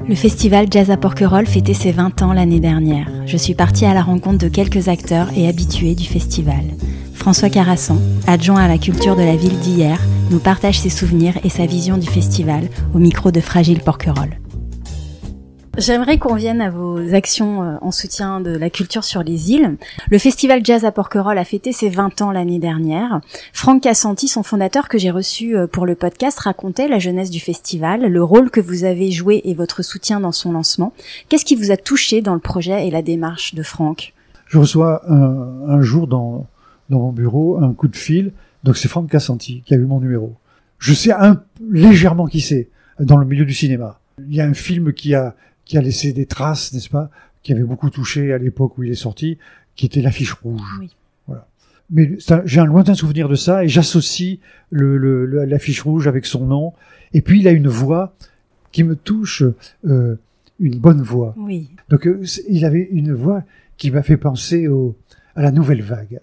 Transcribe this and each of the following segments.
Le festival Jazz à Porquerolles fêtait ses 20 ans l'année dernière. Je suis partie à la rencontre de quelques acteurs et habitués du festival. François Carassan, adjoint à la culture de la ville d'hier, nous partage ses souvenirs et sa vision du festival au micro de Fragile Porquerolles. J'aimerais qu'on vienne à vos actions en soutien de la culture sur les îles. Le festival Jazz à Porquerolles a fêté ses 20 ans l'année dernière. Franck Cassanti, son fondateur que j'ai reçu pour le podcast, racontait la jeunesse du festival, le rôle que vous avez joué et votre soutien dans son lancement. Qu'est-ce qui vous a touché dans le projet et la démarche de Franck ? Je reçois un jour dans mon bureau un coup de fil. Donc c'est Franck Cassanti qui a eu mon numéro. Je sais légèrement qui c'est dans le milieu du cinéma. Il y a un film qui a laissé des traces, n'est-ce pas, qui avait beaucoup touché à l'époque où il est sorti, qui était L'Affiche rouge. Oui. Voilà. Mais j'ai un lointain souvenir de ça et j'associe l'Affiche rouge avec son nom. Et puis il a une voix qui me touche, une bonne voix. Oui. Donc il avait une voix qui m'a fait penser à la nouvelle vague,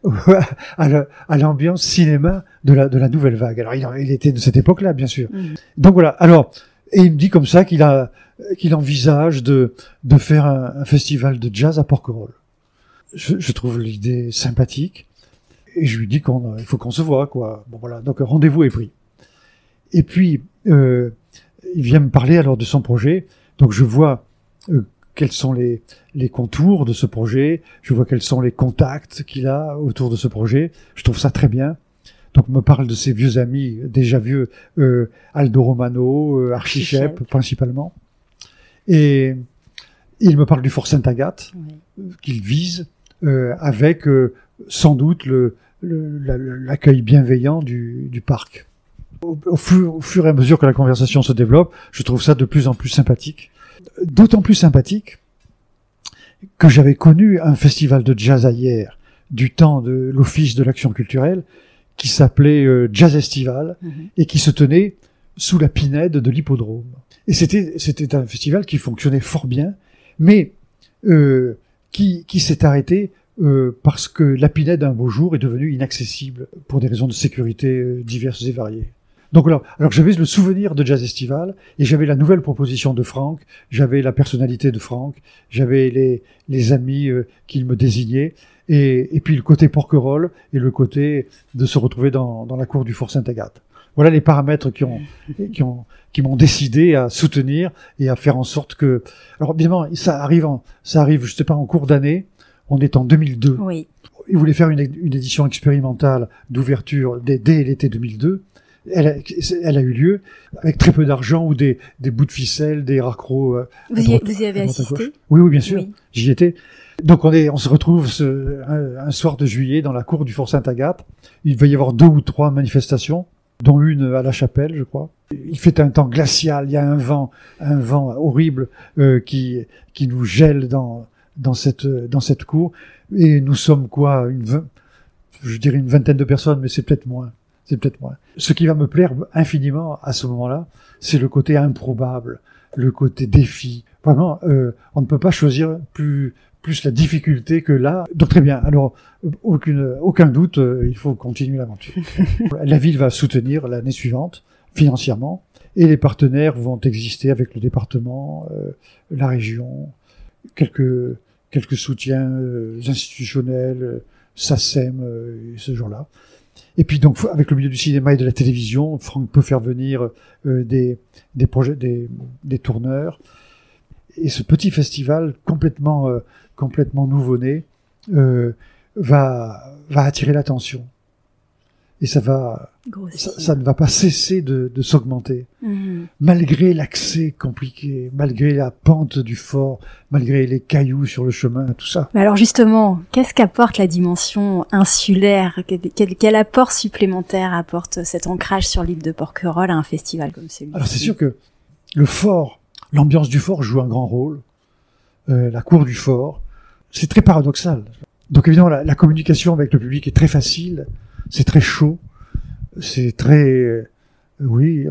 à l'ambiance cinéma de la nouvelle vague. Alors il était de cette époque-là, bien sûr. Donc voilà. Alors, et il me dit comme ça qu'il envisage de faire un festival de jazz à Porquerolles. Je trouve l'idée sympathique et je lui dis il faut qu'on se voit, quoi. Bon voilà. Donc rendez-vous est pris. Et puis il vient me parler alors de son projet. Donc je vois quels sont les contours de ce projet, je vois quels sont les contacts qu'il a autour de ce projet. Je trouve ça très bien. Donc il me parle de ses vieux amis, déjà vieux, Aldo Romano, Archichep principalement. Et il me parle du Fort Sainte-Agathe, qu'il vise avec sans doute l'accueil bienveillant du parc. Au fur et à mesure que la conversation se développe, je trouve ça de plus en plus sympathique. D'autant plus sympathique que j'avais connu un festival de jazz hier, du temps de l'Office de l'Action Culturelle, qui s'appelait Jazz Estival, et qui se tenait sous la pinède de l'hippodrome. Et c'était un festival qui fonctionnait fort bien, mais qui s'est arrêté parce que la pinède un beau jour est devenue inaccessible pour des raisons de sécurité diverses et variées. Donc alors j'avais le souvenir de Jazz Estival et j'avais la nouvelle proposition de Franck, j'avais la personnalité de Franck, j'avais les amis qu'il me désignait et puis le côté Porquerolles et le côté de se retrouver dans la cour du Fort Sainte-Agathe. Voilà les paramètres qui m'ont décidé à soutenir et à faire en sorte que. Alors évidemment ça arrive je sais pas en cours d'année, on est en 2002. Oui. Il voulait faire une édition expérimentale d'ouverture dès l'été 2002. Elle a eu lieu avec très peu d'argent ou des bouts de ficelle, des raccrocs. Vous y avez assisté ? Oui, bien sûr. Oui. J'y étais. Donc on se retrouve un soir de juillet dans la cour du Fort Sainte-Agathe. Il va y avoir 2 ou 3 manifestations, dont une à la Chapelle, je crois. Il fait un temps glacial. Il y a un vent horrible qui nous gèle dans cette cour. Et nous sommes je dirais une vingtaine de personnes, mais c'est peut-être moins. Ce qui va me plaire infiniment à ce moment-là, c'est le côté improbable, le côté défi. Vraiment, on ne peut pas choisir plus la difficulté que là. Donc très bien. Alors, aucun doute, il faut continuer l'aventure. La ville va soutenir l'année suivante, financièrement, et les partenaires vont exister avec le département, la région, quelques soutiens institutionnels, SACEM, ce genre-là. Et puis donc avec le milieu du cinéma et de la télévision, Franck peut faire venir des projets, des tourneurs. Et ce petit festival complètement nouveau-né va attirer l'attention. Et ça ne va pas cesser de s'augmenter. Malgré l'accès compliqué, malgré la pente du fort, malgré les cailloux sur le chemin, tout ça. Mais alors justement, qu'est-ce qu'apporte la dimension insulaire ? Quel apport supplémentaire apporte cet ancrage sur l'île de Porquerolles à un festival comme celui-ci ? Alors c'est sûr que le fort, l'ambiance du fort joue un grand rôle. La cour du fort, c'est très paradoxal. Donc évidemment, la communication avec le public est très facile. C'est très chaud, c'est très, il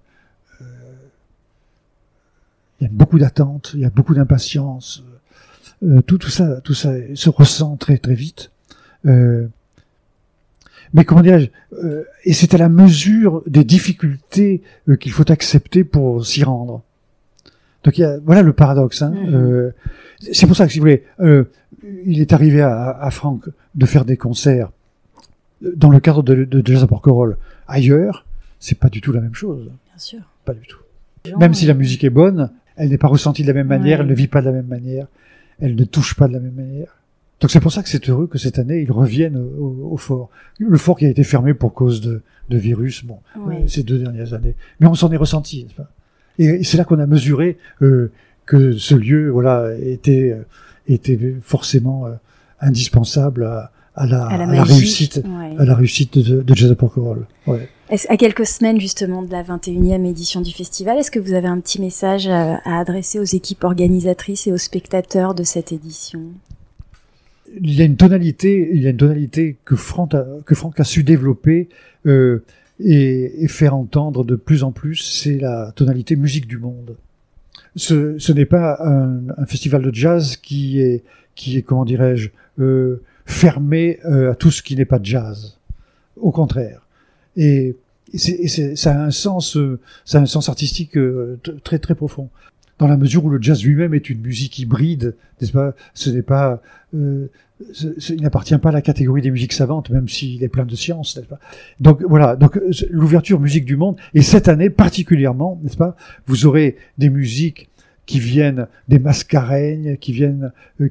y a beaucoup d'attentes, il y a beaucoup d'impatience, tout ça se ressent très très vite. Mais comment dirais-je, et c'est à la mesure des difficultés qu'il faut accepter pour s'y rendre. Donc voilà le paradoxe. Hein. C'est pour ça que, si vous voulez, il est arrivé à Franck de faire des concerts dans le cadre de Jazz à Porquerolles. Ailleurs, c'est pas du tout la même chose. Bien sûr. Pas du tout. Même si la musique est bonne, elle n'est pas ressentie de la même manière, elle ne vit pas de la même manière, elle ne touche pas de la même manière. Donc c'est pour ça que c'est heureux que cette année, ils reviennent au fort. Le fort qui a été fermé pour cause de virus, ces 2 dernières années. Mais on s'en est ressenti, n'est-ce pas? Et c'est là qu'on a mesuré que ce lieu, était forcément indispensable à la réussite, à la réussite de Jazz à Porquerolles. Ouais. À quelques semaines justement de la 21e édition du festival, est-ce que vous avez un petit message à adresser aux équipes organisatrices et aux spectateurs de cette édition? Il y a une tonalité que Franck a su développer et faire entendre de plus en plus, c'est la tonalité musique du monde. Ce n'est pas un festival de jazz qui est comment dirais-je, fermé à tout ce qui n'est pas jazz. Au contraire. Et ça a un sens artistique très très profond. Dans la mesure où le jazz lui-même est une musique hybride, n'est-ce pas? Ce n'est pas, il n'appartient pas à la catégorie des musiques savantes, même s'il est plein de sciences, n'est-ce pas? Donc voilà, l'ouverture musique du monde, et cette année particulièrement, n'est-ce pas? Vous aurez des musiques qui viennent des Mascareignes, qui viennent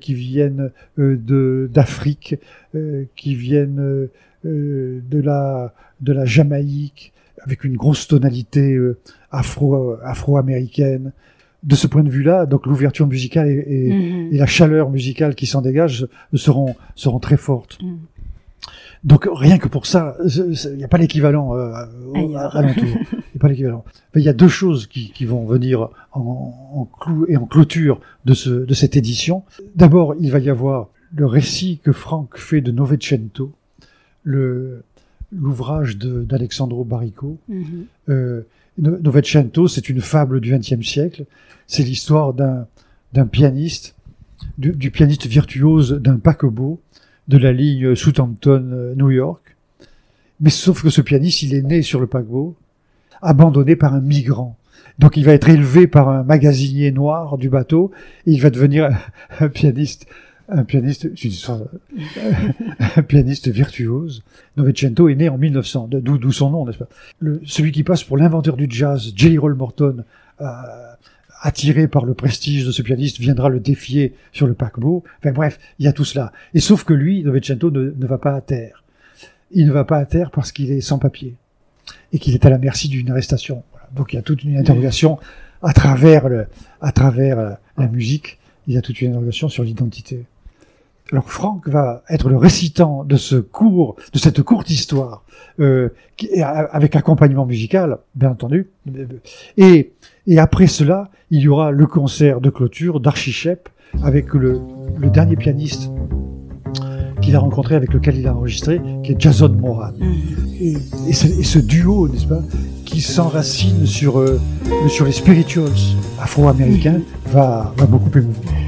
d'Afrique, qui viennent de la Jamaïque, avec une grosse tonalité afro-américaine. De ce point de vue-là, donc l'ouverture musicale et la chaleur musicale qui s'en dégage seront très fortes. Donc rien que pour ça, il n'y a pas l'équivalent alentour. Il n'y a pas l'équivalent. Mais il y a 2 choses qui vont venir en clôture de cette édition. D'abord, il va y avoir le récit que Franck fait de Novecento, l'ouvrage d'Alexandro Baricco. Novecento, c'est une fable du XXe siècle. C'est l'histoire d'un pianiste, du pianiste virtuose d'un paquebot de la ligne Southampton-New York. Mais sauf que ce pianiste, il est né sur le paquebot, abandonné par un migrant. Donc il va être élevé par un magasinier noir du bateau, et il va devenir un pianiste virtuose. Novecento est né en 1900, d'où son nom, n'est-ce pas? Celui qui passe pour l'inventeur du jazz, Jelly Roll Morton, attiré par le prestige de ce pianiste, viendra le défier sur le paquebot. Enfin bref, il y a tout cela. Et sauf que lui, Novecento, ne va pas à terre. Il ne va pas à terre parce qu'il est sans papier et qu'il est à la merci d'une arrestation. Voilà. Donc il y a toute une interrogation à travers la musique. Il y a toute une interrogation sur l'identité. Alors Franck va être le récitant de cette courte histoire, avec accompagnement musical, bien entendu. Et après cela, il y aura le concert de clôture d'Archichep avec le dernier pianiste qu'il a rencontré, avec lequel il a enregistré, qui est Jason Moran. Et ce duo, n'est-ce pas, qui s'enracine sur les spirituals afro-américains, va beaucoup émouvoir.